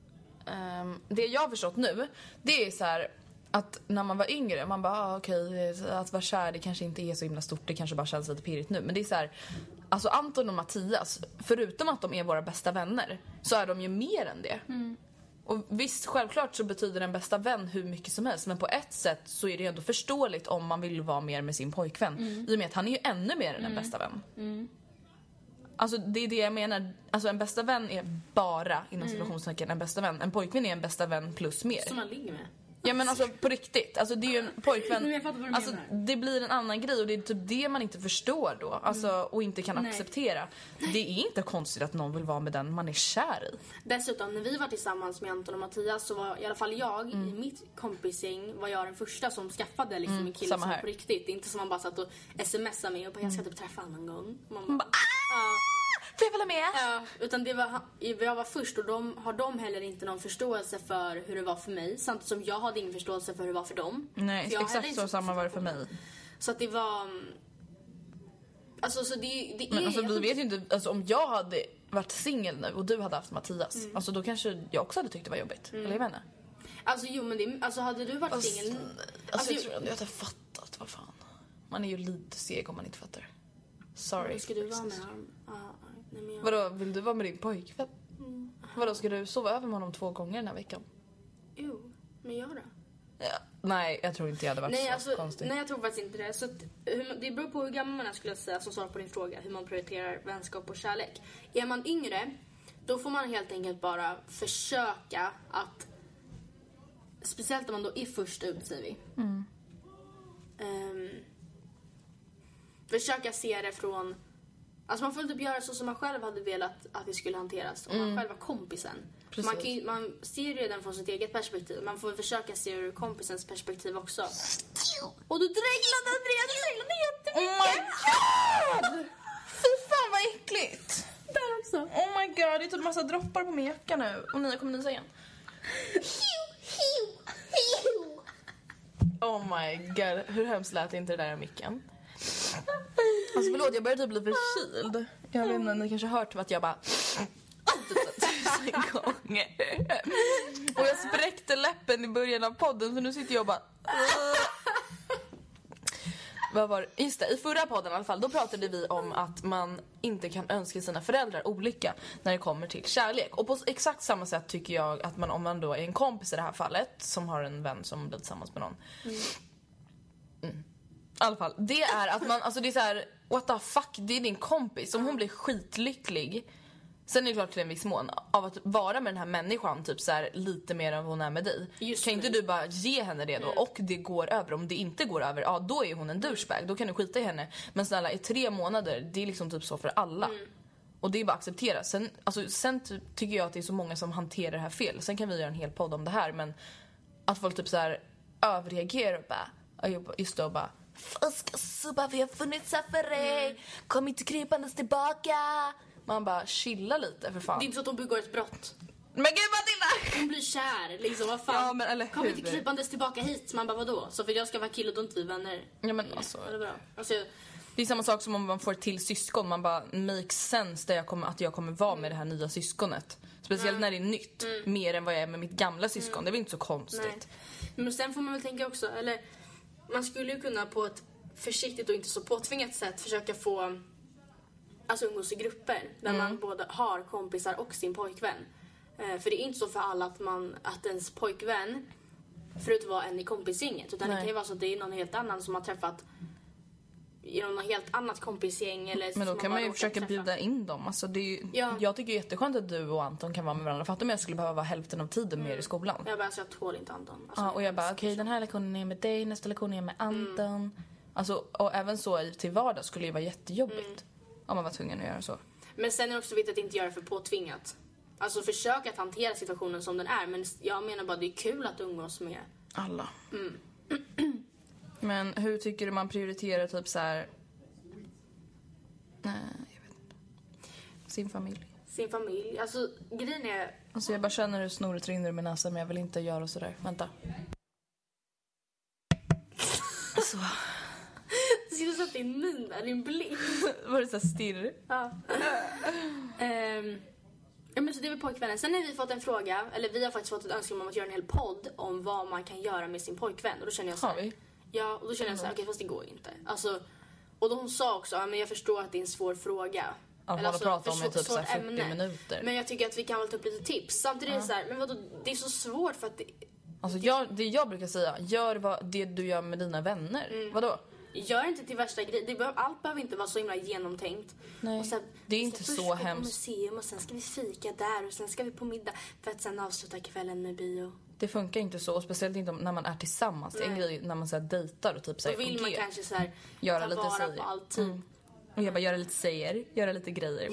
Det jag har förstått nu, det är så här... Att när man var yngre, man bara, okej, att vara kär, det kanske inte är så himla stort, det kanske bara känns lite pirrigt nu. Men det är så här, alltså Anton och Mattias, förutom att de är våra bästa vänner, så är de ju mer än det. Och visst, självklart så betyder en bästa vän hur mycket som helst. Men på ett sätt så är det ju ändå förståeligt om man vill vara mer med sin pojkvän. I och med att han är ju ännu mer än en bästa vän. Alltså det är det jag menar. Alltså en bästa vän är bara, inom situationstecken, en bästa vän. En pojkvän är en bästa vän plus mer. Som man ligger med. Ja, men alltså på riktigt, alltså det är ju en pojkvän. Men jag fattar vad du alltså menar. det blir en annan grej och det är typ det man inte förstår då, alltså och inte kan acceptera. Det är inte konstigt att någon vill vara med den man är kär i. Dessutom när vi var tillsammans med Anton och Mattias, så var i alla fall jag i mitt kompisgäng, var jag den första som skaffade liksom en kille som på riktigt, inte som man bara satt och smsade med och bara, jag ska typ träffa honom någon gång. Man bara, får jag följa med? Ja, utan jag var först, och de heller inte någon förståelse för hur det var för mig, samtidigt som jag hade ingen förståelse för hur det var för dem. Nej, för exakt så samma var det för mig. Så att det var... Alltså så det men är... alltså vi vet ju inte, alltså om jag hade varit singel nu och du hade haft Mattias, alltså då kanske jag också hade tyckt det var jobbigt. Eller jag vet inte. Alltså jo, men det, alltså hade du varit singel... Alltså jag tror ändå jag hade fattat, vad fan. Man är ju lite seg om man inte fattar. Sorry. Ska du vara med honom? Nej, men Vadå, vill du vara med din pojkvän? Vadå, ska du sova över med honom 2 gånger den här veckan? Jo, men gör det. Ja, nej, jag tror inte jag hade varit så konstigt. Nej, jag tror faktiskt inte det. Så att, det beror på hur gammal man är, skulle jag säga, som svar på din fråga. Hur man prioriterar vänskap och kärlek. Är man yngre, då får man helt enkelt bara försöka att... Speciellt om man då är först ut, säger vi. Försöka se det från... Alltså man får typ göra så som man själv hade velat att det skulle hanteras. Om man själv var kompisen. Man ser det redan från sitt eget perspektiv. Man får försöka se ur kompisens perspektiv också. Och du dreglade, Andrea, du dreglade jättemycket. Oh my god! Fy fan vad äckligt. Där också. Oh my god, det är typ massa droppar på min jacka nu. Och ni kommer nysa igen. Oh my god, hur hemskt lät inte det där i micken? Alltså förlåt, jag börjar typ bli förkyld. Jag vet inte, ni kanske har hört att jag bara 1000 gånger. Och jag spräckte läppen i början av podden, så nu sitter jag och bara Vad var det? Just det, i förra podden i alla fall, då pratade vi om att man inte kan önska sina föräldrar olycka när det kommer till kärlek. Och på exakt samma sätt tycker jag att man, om man då är en kompis i det här fallet, som har en vän som blir tillsammans med någon. I alla fall, det är att man, alltså det är så här, what the fuck, det är din kompis. Om hon blir skitlycklig, sen är det klart till en viss mån, av att vara med den här människan typ så här, lite mer än vad hon är med dig. Just kan inte du bara ge henne det då? Och det går över. Om det inte går över, ja då är hon en douchebag. Då kan du skita i henne. Men snälla, i 3 månader, det är liksom typ så för alla. Och det är bara att acceptera. Sen tycker jag att det är så många som hanterar det här fel. Sen kan vi göra en hel podd om det här. Men att folk typ så här överreagerar och bara, just då bara, fuska suba, vi har funnits här för dig. Kom inte krypandes tillbaka. Man bara chilla lite för fan. Det är inte så att hon begår ett brott. Men gud Matilda! Hon blir kär, liksom, vad fan. Ja, men eller kom inte krypandes tillbaka hit. Man bara, vadå? Så för jag ska vara kille och då inte vi vänner. Ja men alltså. Är det bra? Alltså, det är samma sak som om man får ett till syskon. Man bara, makes sense att jag kommer vara med det här nya syskonet. Speciellt när det är nytt. Mer än vad jag är med mitt gamla syskon. Det är väl inte så konstigt. Nej. Men sen får man väl tänka också, eller man skulle ju kunna på ett försiktigt och inte så påtvingat sätt försöka få, alltså umgås i grupper där man både har kompisar och sin pojkvän. För det är inte så för alla att ens pojkvän förut var en i kompisgänget, utan det kan ju vara så att det är någon helt annan som har träffat i någon helt annat kompisgäng. Eller men då kan man ju försöka bjuda in dem. Alltså det är ju, jag tycker det är jätteskönt att du och Anton kan vara med varandra. Fattar om jag skulle behöva vara hälften av tiden mer i skolan. Jag bara, alltså jag tål inte Anton. Alltså, och jag bara, okej, den här lektionen är med dig, nästa lektion är med Anton. Alltså, och även så till vardag skulle det vara jättejobbigt om man var tvungen att göra så. Men sen är det också viktigt att inte göra det för påtvingat. Alltså försök att hantera situationen som den är. Men jag menar bara, det är kul att umgås med alla. Men hur tycker du man prioriterar typ så här? Nej, jag vet inte. Sin familj. Sin familj. Alltså grejen är, alltså jag bara känner hur snoret rinner i min näsa, men jag vill inte göra så där. Vänta. Så. Ser du så att din min där, din blick? Var det så här stirr? Ja. Ja, men så det är väl pojkvännen. Sen har vi fått en fråga, eller vi har faktiskt fått ett önskemål om att göra en hel podd om vad man kan göra med sin pojkvän. Och då känner jag så här, har vi? Ja, och då känner jag så här, okej, fast det går inte. Alltså, och då hon sa också, ja, men jag förstår att det är en svår fråga. Ja, eller alltså, prata om i typ så här 40 minuter. Men jag tycker att vi kan väl ta upp lite tips. Samtidigt är det så här, men vadå, det är så svårt för att alltså det jag brukar säga, gör det du gör med dina vänner. Vadå? Gör inte till värsta grejer. Allt behöver inte vara så himla genomtänkt. Nej, och sen, det är inte så hemskt. Först ska vi på museum och sen ska vi fika där och sen ska vi på middag för att sen avsluta kvällen med bio. Det funkar inte så, och speciellt inte när man är tillsammans. Det är en grej när man så här dejtar och typ så här, då vill man kanske så här, göra ta lite vara säger. på all tid. Och jag bara, göra lite säger, göra lite grejer.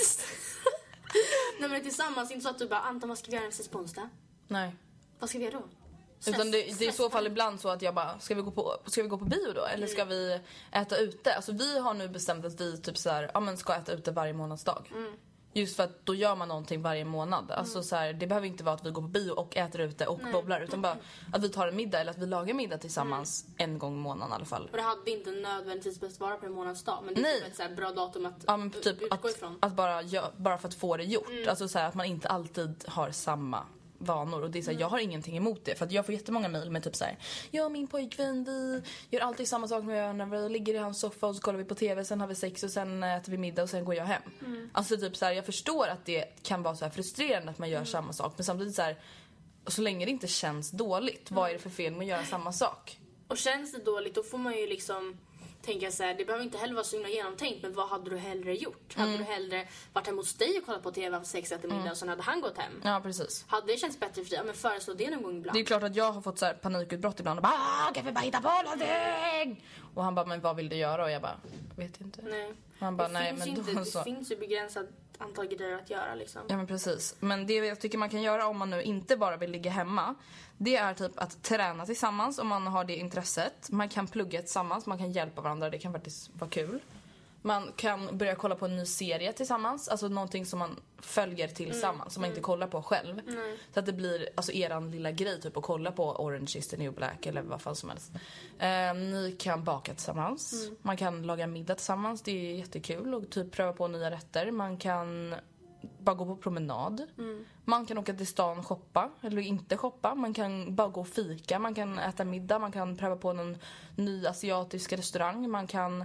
Nej, men tillsammans, inte så att du bara, Anton, vad ska vi göra nästa onsdag? Nej. Vad ska vi göra då? Utan det är i så fall ibland så att jag bara, ska vi gå på bio då? Eller ska vi äta ute? Alltså vi har nu bestämt att vi typ så här, ja men ska äta ute varje månadsdag. Just för att då gör man någonting varje månad. Alltså så här, det behöver inte vara att vi går på bio och äter ute och bobblar, utan bara att vi tar en middag eller att vi lagar middag tillsammans en gång i månaden i alla fall. Och det hade inte nödvändigtvis behövt vara på en månadsdag, men det är ett så här bra datum att typ utgå ifrån. Att bara för att få det gjort. Alltså så här, att man inte alltid har samma vanor. Och det är så här, jag har ingenting emot det. För att jag får jättemånga mejl med typ så här, jag och min pojkvän, vi gör alltid samma sak med när vi ligger i hans soffa och så kollar vi på tv, sen har vi sex och sen äter vi middag och sen går jag hem. Alltså typ så här, jag förstår att det kan vara så här frustrerande att man gör samma sak, men samtidigt så här, så länge det inte känns dåligt, vad är det för fel med att göra samma sak? Och känns det dåligt, då får man ju liksom tänka så här, det behöver inte heller vara så himla genomtänkt, men vad hade du hellre gjort? Hade du hellre varit hemma hos dig och kollat på tv av 6 efter middag och sen hade han gått hem? Ja, precis. Hade det känts bättre för dig? Ja, men föreslå det någon gång ibland. Det är klart att jag har fått så här panikutbrott ibland och bara, kan vi bara hitta på någonting? Och han bara, men vad vill du göra? Och jag bara, vet inte. Nej. Han bara, nej, men då så. Det finns ju begränsat antal grejer att göra liksom. Ja, men precis. Men det jag tycker man kan göra om man nu inte bara vill ligga hemma, det är typ att träna tillsammans om man har det intresset. Man kan plugga tillsammans, man kan hjälpa varandra, det kan faktiskt vara kul. Man kan börja kolla på en ny serie tillsammans, alltså någonting som man följer tillsammans, som man inte kollar på själv. Så att det blir alltså eran lilla grej typ att kolla på Orange is the New Black eller vad fan som helst. Ni kan baka tillsammans, man kan laga middag tillsammans, det är jättekul, och typ pröva på nya rätter. Man kan bara gå på promenad. Man kan åka till stan och shoppa eller inte shoppa. Man kan bara gå och fika, man kan äta middag, man kan pröva på någon ny asiatisk restaurang. Man kan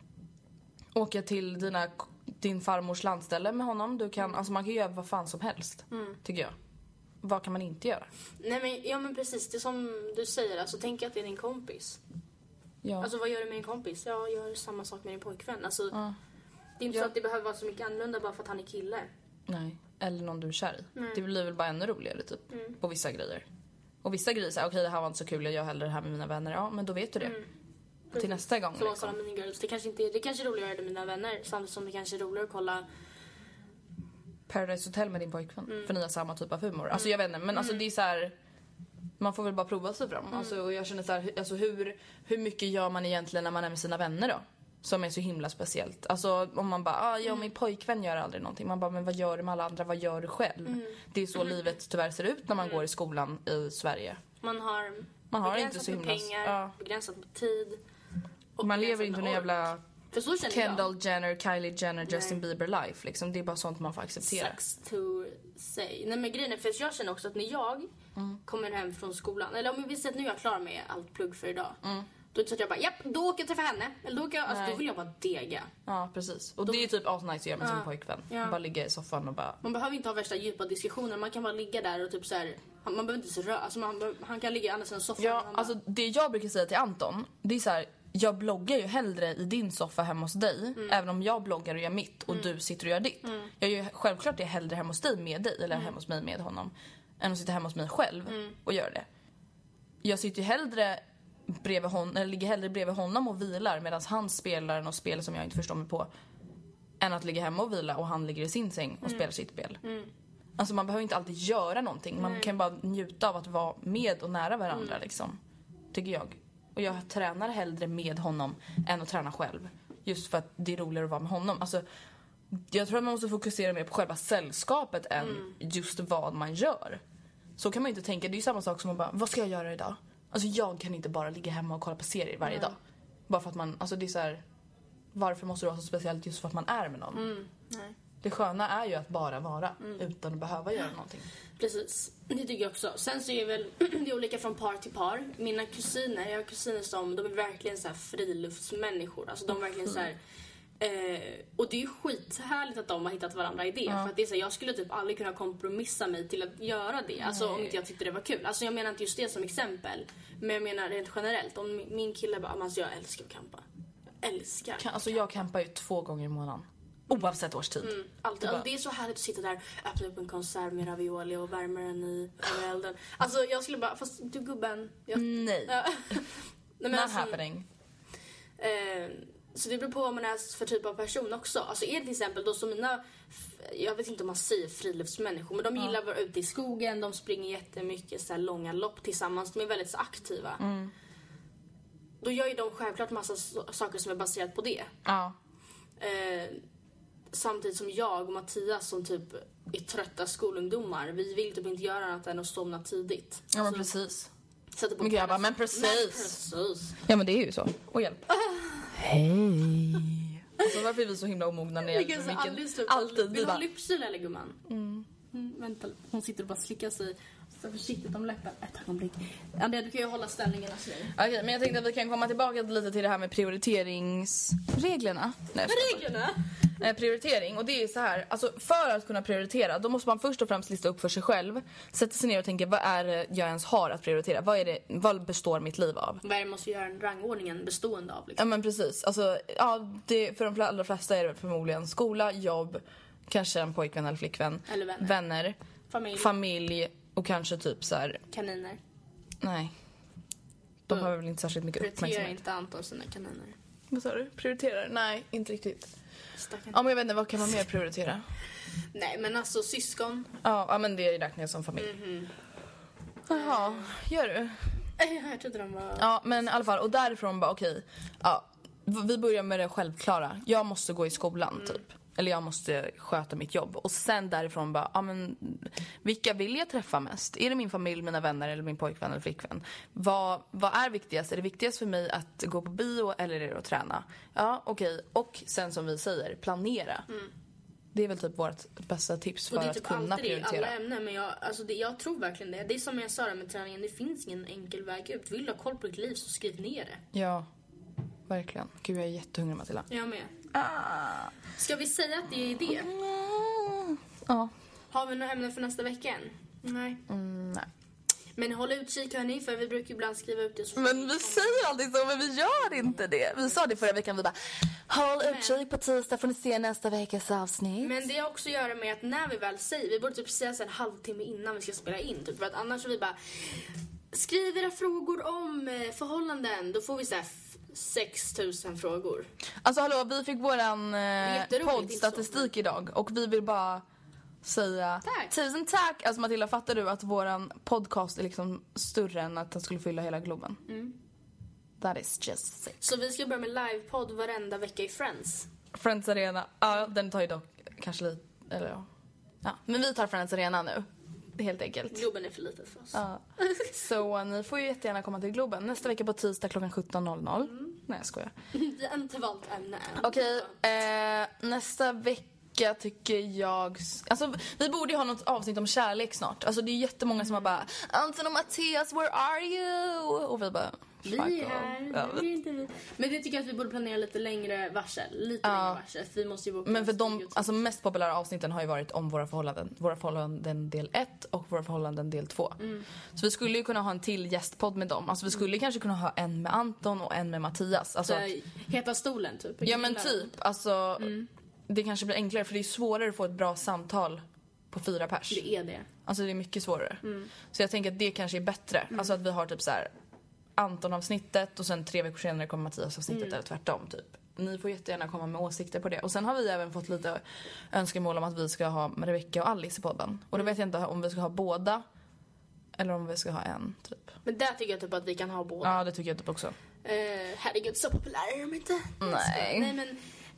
åka till din farmors landställe med honom. Du kan, alltså man kan göra vad fan som helst, tycker jag. Vad kan man inte göra? Nej men precis, det som du säger, alltså tänk att det är din kompis. Ja. Alltså vad gör du med din kompis? Jag gör samma sak med din pojkvän. Alltså, det är inte så att det behöver vara så mycket annorlunda bara för att han är kille. Nej, eller någon du är kär i. Det blir väl bara ännu roligare typ, på vissa grejer. Och vissa grejer säger okej, det här var inte så kul, jag gör hellre det här med mina vänner. Ja, men då vet du det. Till nästa gång. Så liksom. Med Girls. Det kanske är roligare att göra det med mina vänner, samtidigt som det kanske är roligare att kolla Paradise Hotel med din pojkvän. För ni har samma typ av humor. Alltså jag vet inte, men alltså det är så här, man får väl bara prova sig fram. Alltså, och jag känner så här, alltså hur mycket gör man egentligen när man är med sina vänner då? Som är så himla speciellt. Alltså om man bara, min pojkvän gör aldrig någonting. Man bara, men vad gör du med alla andra? Vad gör du själv? Det är så livet tyvärr ser ut när man går i skolan i Sverige. Man har inte så himla pengar, begränsat med tid. Och man lever inte någon jävla för så Kendall Jenner, Kylie Jenner, Justin Bieber life liksom. Det är bara sånt man får acceptera. Sucks to say. Nej men grejen är, för jag känner också att när jag kommer hem från skolan, eller om vi säger att nu är jag klar med allt plugg för idag. Då är det så att jag bara, japp, då åker jag träffa henne. Eller då åker jag, alltså, då vill jag bara dega. Ja, precis. Och det är typ asnice att göra med sin pojkvän. Bara ligga i soffan och bara... Man behöver inte ha värsta djupa diskussioner. Man kan bara ligga där och typ så här, man behöver inte så röra. Alltså han kan ligga annars än soffan. Ja, alltså det jag brukar säga till Anton, det är så här, jag bloggar ju hellre i din soffa hemma hos dig, även om jag bloggar och gör mitt och du sitter och gör ditt. Jag gör självklart det hellre hemma hos dig med dig, eller hemma hos mig med honom, än att sitta hemma hos mig själv och göra det. Jag sitter ju hellre bredvid honom, eller ligger hellre bredvid honom och vilar medan han spelar något spel som jag inte förstår mig på, än att ligga hemma och vila och han ligger i sin säng och spelar sitt spel. Alltså man behöver inte alltid göra någonting. Man kan bara njuta av att vara med och nära varandra liksom, tycker jag. Och jag tränar hellre med honom än att träna själv. Just för att det är roligare att vara med honom. Alltså, jag tror att man måste fokusera mer på själva sällskapet än just vad man gör. Så kan man ju inte tänka. Det är ju samma sak som att bara, vad ska jag göra idag? Alltså jag kan inte bara ligga hemma och kolla på serier varje dag. Bara för att man, alltså det är så här, varför måste det vara så speciellt just för att man är med någon? Nej. Det sköna är ju att bara vara utan att behöva göra någonting. Precis, det tycker jag också. Sen så är väl det olika från par till par. Mina kusiner, jag har kusiner som, de är verkligen så här friluftsmänniskor. Alltså de är verkligen så här, och det är ju skithärligt att de har hittat varandra i det. För att det är så här, jag skulle typ aldrig kunna kompromissa mig till att göra det. Alltså om inte jag tyckte det var kul. Alltså jag menar inte just det som exempel, men jag menar rent generellt. Om min kille bara, alltså jag älskar att campa. Jag älskar. Alltså jag campar ju 2 gånger i månaden. Oavsett årstid. Alltid. Alltså, det är så härligt att sitta där, öppna upp en konserv med ravioli och värma den i elden. Alltså jag skulle bara, fast du gubben. Nej. Nej men not alltså, happening. Så det beror på vad man är för typ av person också. Alltså är det till exempel då som mina, jag vet inte om man säger friluftsmänniskor, men de gillar att vara ute i skogen, de springer jättemycket så här långa lopp tillsammans, de är väldigt så aktiva. Då gör ju de självklart massa saker som är baserat på det. Samtidigt som jag och Mattias som typ är trötta skolungdomar, vi vill typ inte göra annat än att somna tidigt. Ja men precis. Men grabbar, men precis. Ja men det är ju så. Och hjälp. Hej. Alltså varför är vi så himla omogna när det gäller micken? Alltid. Vill du ha lypsyl eller gumman? Vänta, hon sitter och bara slickar sig så försiktigt om läppen. Ett ögonblick. Andrea, du kan ju hålla ställningen. Okej, men jag tänkte att vi kan komma tillbaka lite till det här med prioriteringsreglerna. Prioritering, och det är så här, alltså för att kunna prioritera, då måste man först och främst lista upp för sig själv, sätta sig ner och tänka, vad är det jag ens har att prioritera? Vad består mitt liv av? Vad är det måste göra en rangordningen bestående av? Liksom? Ja men precis, alltså, ja, det, för de allra flesta är det förmodligen skola, jobb, kanske en pojkvän eller flickvän, eller vänner. Familj och kanske typ så här. Kaniner. Nej. De har väl inte särskilt mycket uppmärksamhet. Prioriterar inte Anton sina kaniner? Vad sa du? Prioriterar? Nej, inte riktigt. Ja, men jag vet inte, vad kan man mer prioritera? Nej, men alltså syskon. Ja, men det räknar jag som familj. Jaha, gör du? Jag trodde de var... Ja, men i alla fall, och därifrån bara okej. Ja, vi börjar med det självklara. Jag måste gå i skolan typ. Eller jag måste sköta mitt jobb. Och sen därifrån bara, ja men vilka vill jag träffa mest? Är det min familj, mina vänner eller min pojkvän eller flickvän? Vad är viktigast? Är det viktigast för mig att gå på bio eller är det att träna? Ja, okej. Och sen som vi säger, planera. Det är väl typ vårt bästa tips för att typ kunna prioritera. Alla ämnen, men jag tror verkligen det. Det är som jag sa där med träningen, det finns ingen enkel väg ut. Vill du ha koll på ditt liv så skriv ner det. Ja, verkligen. Gud, jag är jättehungrig, Matilda. Jag med. Ska vi säga att det är det? Ja. Har vi några ämnen för nästa vecka än? Nej. Nej. Men håll utkik hörni, för vi brukar ibland skriva ut det. Men vi säger alltid så, men vi gör inte det. Vi sa det förra veckan, vi bara håll utkik på tisdag får ni se nästa veckas avsnitt. Men det har också att göra med att när vi väl säger, vi borde typ säga så en halvtimme innan vi ska spela in typ, för att annars så vi bara skriv era frågor om förhållanden, då får vi så här 6000 frågor. Alltså hallå, vi fick våran poddstatistik idag och vi vill bara säga tusen tack. Alltså Matilda, fattar du att våran podcast är liksom större än att den skulle fylla hela Globen? That is just sick. Så vi ska börja med livepodd varenda vecka i Friends Arena. Ja, den tar ju dock kanske lite, eller ja. Men vi tar Friends Arena nu. Helt enkelt. Globen är för litet för oss. Ja. Så ni får ju jättegärna komma till Globen nästa vecka på tisdag klockan 17.00. Nej, jag skojar. Vi har inte valt ämne än. Okej, nästa vecka tycker jag... Alltså, vi borde ju ha något avsnitt om kärlek snart. Alltså, det är jättemånga som har bara Anton och Mattias, where are you? Och vi bara... Vi är här, ja, vi är inte vi. Men det tycker jag att vi borde planera lite längre varsel. Lite längre varsel, för vi måste ju... Men för de alltså, mest populära avsnitten har ju varit om våra förhållanden. Våra förhållanden del 1 och våra förhållanden del 2. Så vi skulle ju kunna ha en till gästpodd med dem. Alltså vi skulle kanske kunna ha en med Anton och en med Mattias. Alltså, heta stolen typ. Ja men typ, alltså det kanske blir enklare, för det är svårare att få ett bra samtal på 4 pers. Det är det. Alltså det är mycket svårare. Så jag tänker att det kanske är bättre. Alltså att vi har typ så här Anton-avsnittet och sen 3 veckor senare kommer Mattias-avsnittet eller tvärtom typ. Ni får jättegärna komma med åsikter på det. Och sen har vi även fått lite önskemål om att vi ska ha Rebecca och Alice i podden. Och då vet jag inte om vi ska ha båda eller om vi ska ha en typ. Men där tycker jag typ att vi kan ha båda. Ja, det tycker jag typ också. Herregud, så populära är de inte. Nej. Nej men,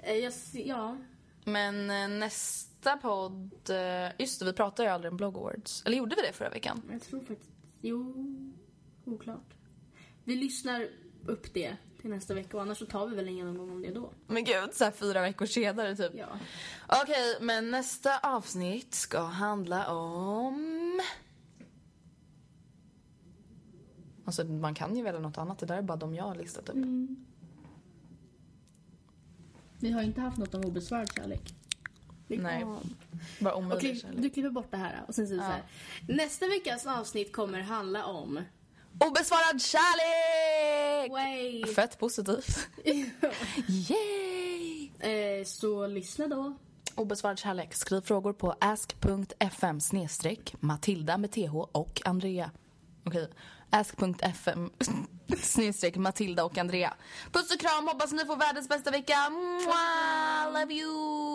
ja. Men nästa podd... Just det, vi pratar ju aldrig om Blog Awards. Eller gjorde vi det förra veckan? Jag tror faktiskt... Jo, oklart. Vi lyssnar upp det till nästa vecka och annars så tar vi väl ingen gång om det då. Men gud, så här 4 veckor senare typ. Ja. Okej, men nästa avsnitt ska handla om... Alltså man kan ju välja något annat. Det där är bara de jag har listat upp. Vi har inte haft något om obesvarad kärlek. Nej, bara omöjlig kärlek. Du klipper bort det här och sen säger så här. Nästa veckas avsnitt kommer handla om obesvarad kärlek! Way. Fett positivt. Yay! Så lyssna då. Obesvarad kärlek. Skriv frågor på ask.fm/Matilda med TH och Andrea. Okej. ask.fm/Matilda och Andrea. Puss och kram, hoppas ni får världens bästa vecka. Mwah, love you.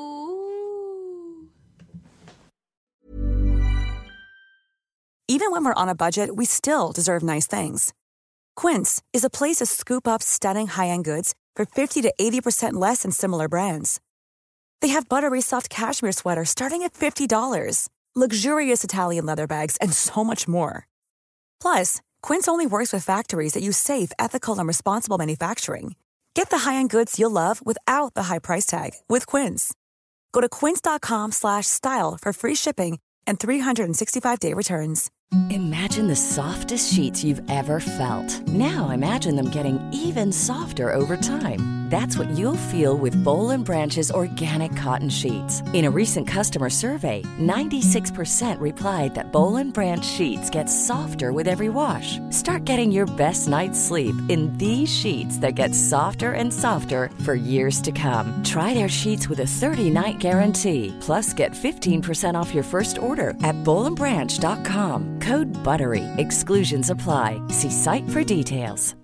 Even when we're on a budget, we still deserve nice things. Quince is a place to scoop up stunning high-end goods for 50 to 80% less than similar brands. They have buttery soft cashmere sweaters starting at $50, luxurious Italian leather bags, and so much more. Plus, Quince only works with factories that use safe, ethical, and responsible manufacturing. Get the high-end goods you'll love without the high price tag with Quince. Go to quince.com/style for free shipping and 365-day returns. Imagine the softest sheets you've ever felt. Now imagine them getting even softer over time. That's what you'll feel with Boll & Branch's organic cotton sheets. In a recent customer survey, 96% replied that Boll & Branch sheets get softer with every wash. Start getting your best night's sleep in these sheets that get softer and softer for years to come. Try their sheets with a 30-night guarantee. Plus, get 15% off your first order at bollandbranch.com. Code BUTTERY. Exclusions apply. See site for details.